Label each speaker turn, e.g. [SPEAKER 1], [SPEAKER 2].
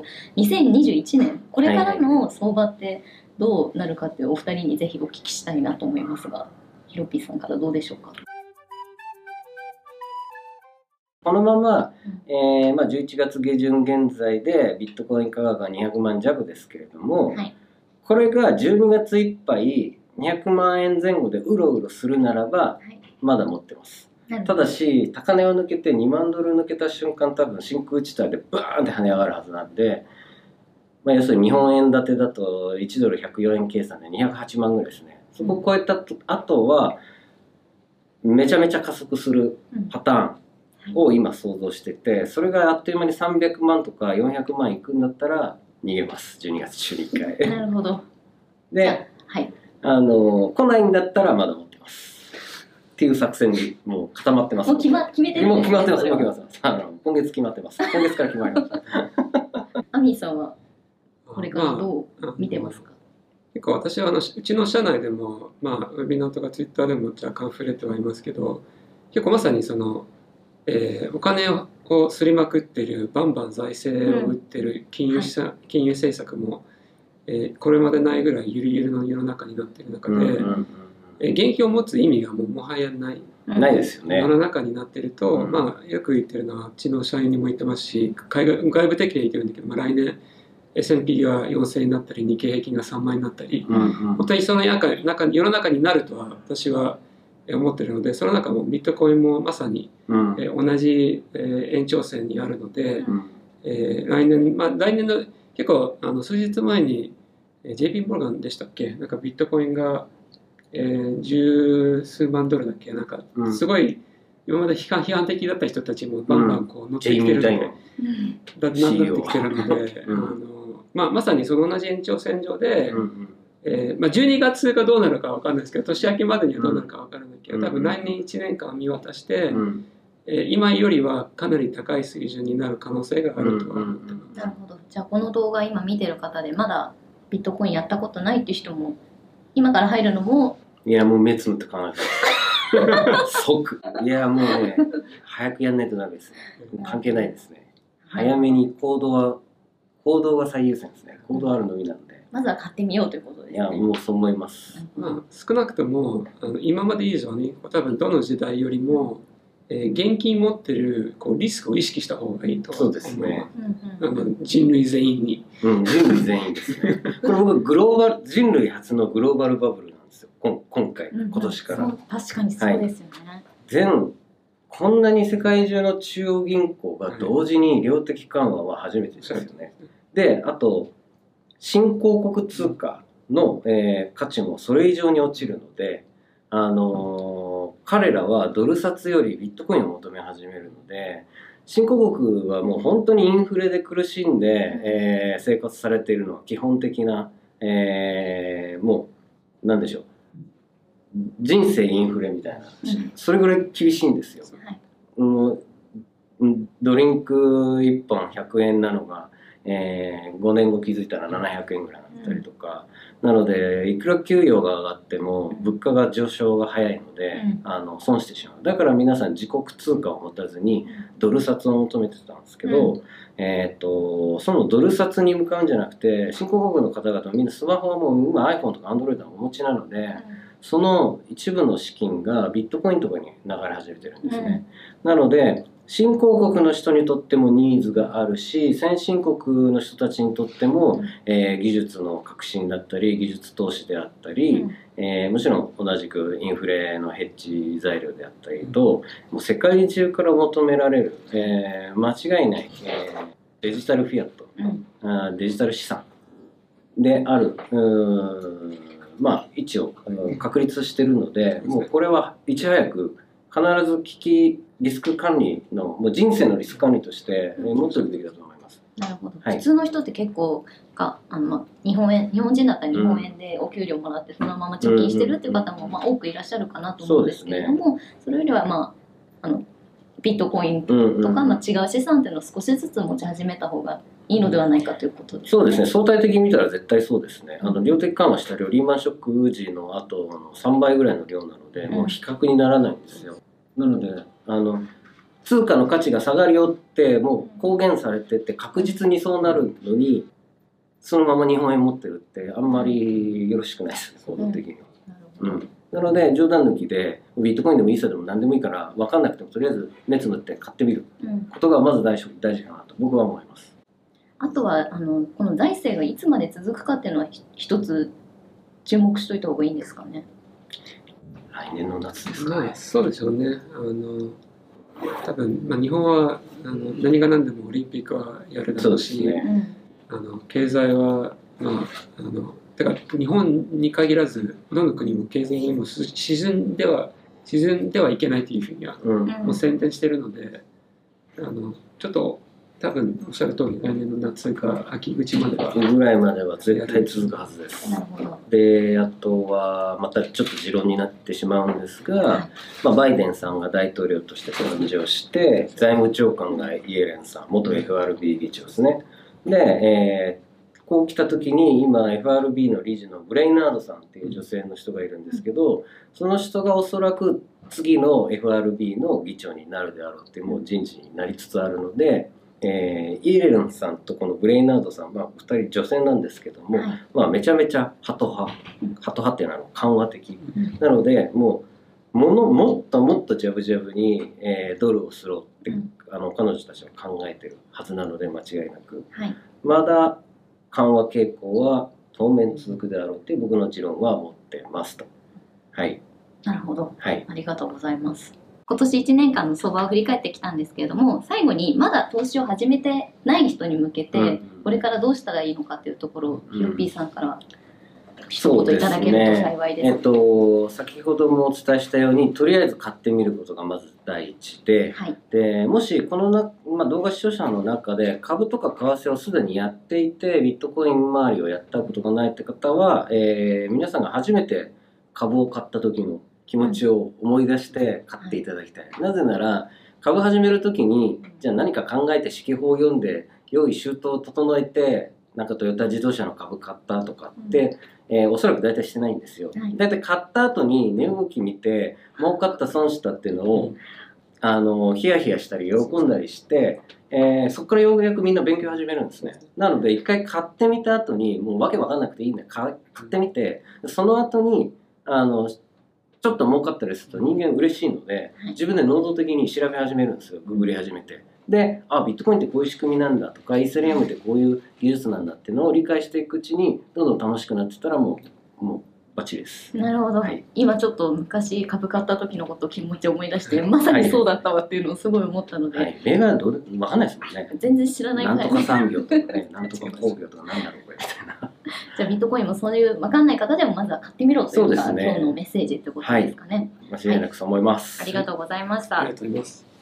[SPEAKER 1] 2021年これからの相場ってどうなるかっていうお二人にぜひお聞きしたいなと思いますが、ヒロピーさんからどうでしょうか。
[SPEAKER 2] このまま、11月下旬現在でビットコイン価格が200万弱ですけれども、
[SPEAKER 1] はい、
[SPEAKER 2] これが12月いっぱい200万円前後でうろうろするならば、
[SPEAKER 1] はい、
[SPEAKER 2] まだ持ってます。ただし高値を抜けて2万ドル抜けた瞬間、多分真空地帯でバーンって跳ね上がるはずなんで、要するに日本円建てだと1ドル104円計算で208万ぐらいですね。そこを超えた後はめちゃめちゃ加速するパターンを今想像してて、それがあっという間に300万とか400万いくんだったら逃げます、12月中に1回。
[SPEAKER 1] なるほど。
[SPEAKER 2] で、
[SPEAKER 1] はい、
[SPEAKER 2] 来ないんだったらまだ持ってますっていう作戦にもう固まってます。
[SPEAKER 1] もう決めてるんですね。
[SPEAKER 2] もう決まってます。今月決まってます。今月から決まりました。
[SPEAKER 1] アミーさんはこれからどう見てますか。
[SPEAKER 3] 結構私はうちの社内でも、ウェビナーとかツイッターでも若干触れてはいますけど、結構まさにその、お金をすりまくってる、バンバン財政を売ってる金融政策も、これまでないぐらいゆるゆるの世の中になっている中で、現金を持つ意味がもはやない
[SPEAKER 2] ですよね。
[SPEAKER 3] 世の中になっていると、よく言ってるのはうちの社員にも言ってますし、外部的には言ってるんだけど、来年S&P が4000になったり、日経平均が3万になったり、本当にその世の中になるとは私は思ってるので、その中もビットコインもまさに、同じ、延長線にあるので、来年の結構数日前に JP モルガンでしたっけ、なんかビットコインが、十数万ドルだっけ、なんかすごい今まで批判的だった人たちもバンバンこう乗ってきてるので、なってきてるので、まさにその同じ延長線上で、12月がどうなるか分かんないですけど、年明けまでにはどうなるか分からないけど、多分来年1年間見渡して、今よりはかなり高い水準になる可能性があるとは思ってます。
[SPEAKER 1] なるほど。じゃあこの動画今見てる方でまだビットコインやったことないっていう人も今から入るのも、
[SPEAKER 2] いやもう目つむって考えて即、いやもうね早くやんないとダメですね。関係ないですね。早めに行動が最優先ですね。行動あるのみなんで、
[SPEAKER 1] まずは買ってみようということですね。
[SPEAKER 2] いやもうそう思います。
[SPEAKER 3] 少なくとも今まで以上に多分どの時代よりも、現金持ってるリスクを意識した方がいいと思う。
[SPEAKER 2] そうですね。
[SPEAKER 3] 人類全員に。
[SPEAKER 2] 人類全員ですね。これ僕人類初のグローバルバブルなんですよ。今年から。
[SPEAKER 1] 確かにそうですよね。
[SPEAKER 2] こんなに世界中の中央銀行が同時に量的緩和は初めてですよね。で、あと新興国通貨の、価値もそれ以上に落ちるので、彼らはドル札よりビットコインを求め始めるので、新興国はもう本当にインフレで苦しんで、生活されているのは基本的な、もう何でしょう、人生インフレみたいな、それぐらい厳しいんですよ。ドリンク1本100円なのが、5年後気づいたら700円ぐらいになったりとか、なのでいくら給与が上がっても物価が上昇が早いので、損してしまう。だから皆さん自国通貨を持たずにドル札を求めてたんですけど、そのドル札に向かうんじゃなくて、新興国の方々はみんなスマホはもう今 iPhone とか Android はお持ちなので、その一部の資金がビットコインとかに流れ始めてるんですね。なので新興国の人にとってもニーズがあるし、先進国の人たちにとっても、技術の革新だったり技術投資であったり、もちろん同じくインフレのヘッジ材料であったりと、もう世界中から求められる、間違いない、デジタルフィアット、デジタル資産である位置を確立しているので、もうこれはいち早く必ずリスク管理のもう人生のリスク管理として持っておくべきだと思います。
[SPEAKER 1] なるほど。普通の人って結構日本人だったら日本円でお給料もらってそのまま貯金してるっていう方も多くいらっしゃるかなと思うんですけれども、それよりはビットコインとか違う資産っていうのを少しずつ持ち始めた方がいいのではないかということですね。
[SPEAKER 2] そうですね。相対的に見たら絶対そうですね。量的緩和した量、リーマンショック時の後の3倍ぐらいの量なので、もう比較にならないんですよ。なので通貨の価値が下がるよってもう公言されてて確実にそうなるのにそのまま日本円持ってるってあんまりよろしくないですね、行動的には。なので冗談抜きでビットコインでもイーサでも何でもいいから分かんなくてもとりあえず目つむって買ってみることがまず大事かなと僕は思います。
[SPEAKER 1] あとはこの財政がいつまで続くかっていうのは一つ注目しといた方がいいんですかね。
[SPEAKER 2] 来年の夏ですかね。
[SPEAKER 3] そうでしょうね。多分、日本は何が何でもオリンピックはやるだろうし、経済はてか日本に限らずどの国も経済にも沈んではいけないというふうにはもう宣伝してるので、ちょっと多分おっしゃる通り来年の夏か秋口までは
[SPEAKER 2] ぐらいまでは絶対続くはずです。であとはまたちょっと持論になってしまうんですが、バイデンさんが大統領として誕生して財務長官がイエレンさん元 FRB 議長ですね。で、こう来た時に今 FRB の理事のブレイナードさんっていう女性の人がいるんですけど、その人がおそらく次の FRB の議長になるであろうっていうもう人事になりつつあるので、イエレンさんとこのブレイナードさん、2人女性なんですけども、めちゃめちゃハト派っていうのは緩和的、なのでもっとジャブジャブに、ドルをスローって、彼女たちは考えてるはずなので間違いなく、まだ緩和傾向は当面続くであろうっていう僕の持論は持ってますと。
[SPEAKER 1] なるほど、ありがとうございます。今年1年間の相場を振り返ってきたんですけれども、最後にまだ投資を始めてない人に向けて、これからどうしたらいいのかっていうところをひろぴーさんから一言いただけると幸いです。
[SPEAKER 2] 先ほどもお伝えしたようにとりあえず買ってみることがまず第一で、でもしこの動画視聴者の中で株とか為替をすでにやっていてビットコイン周りをやったことがないって方は、皆さんが初めて株を買った時の気持ちを思い出して買っていただきたい。なぜなら株始める時にじゃあ何か考えて指揮法を読んで用意周到を整えてなんかトヨタ自動車の株買ったとかって、おそらく大体してないんですよ。大体買った後に値動き見て儲かった損したっていうのをヒヤヒヤしたり喜んだりして、そこからようやくみんな勉強始めるんですね。なので一回買ってみた後にもうわけわかんなくていいんだよ。買ってみてその後にちょっと儲かったりすると人間嬉しいので自分で能動的に調べ始めるんですよ。ググり始めて。でビットコインってこういう仕組みなんだとかイーサリアムってこういう技術なんだっていうのを理解していくうちにどんどん楽しくなってったらもうバッチリです。
[SPEAKER 1] なるほど、今ちょっと昔株買った時のことを気持ち思い出してまさにそうだったわっていうのをすごい思ったので、
[SPEAKER 2] 銘柄分かんないですもんね。
[SPEAKER 1] 全然知らない
[SPEAKER 2] なんとか産業とかねなんとか工業とかなんだろうこれみたいな。
[SPEAKER 1] じゃあビットコインもそういう分かんない方でもまずは買ってみろというのが今日のメッセージってことですかね。
[SPEAKER 2] 間違いなくそう思います。
[SPEAKER 1] ありがとうございました。
[SPEAKER 3] ありがとうございます。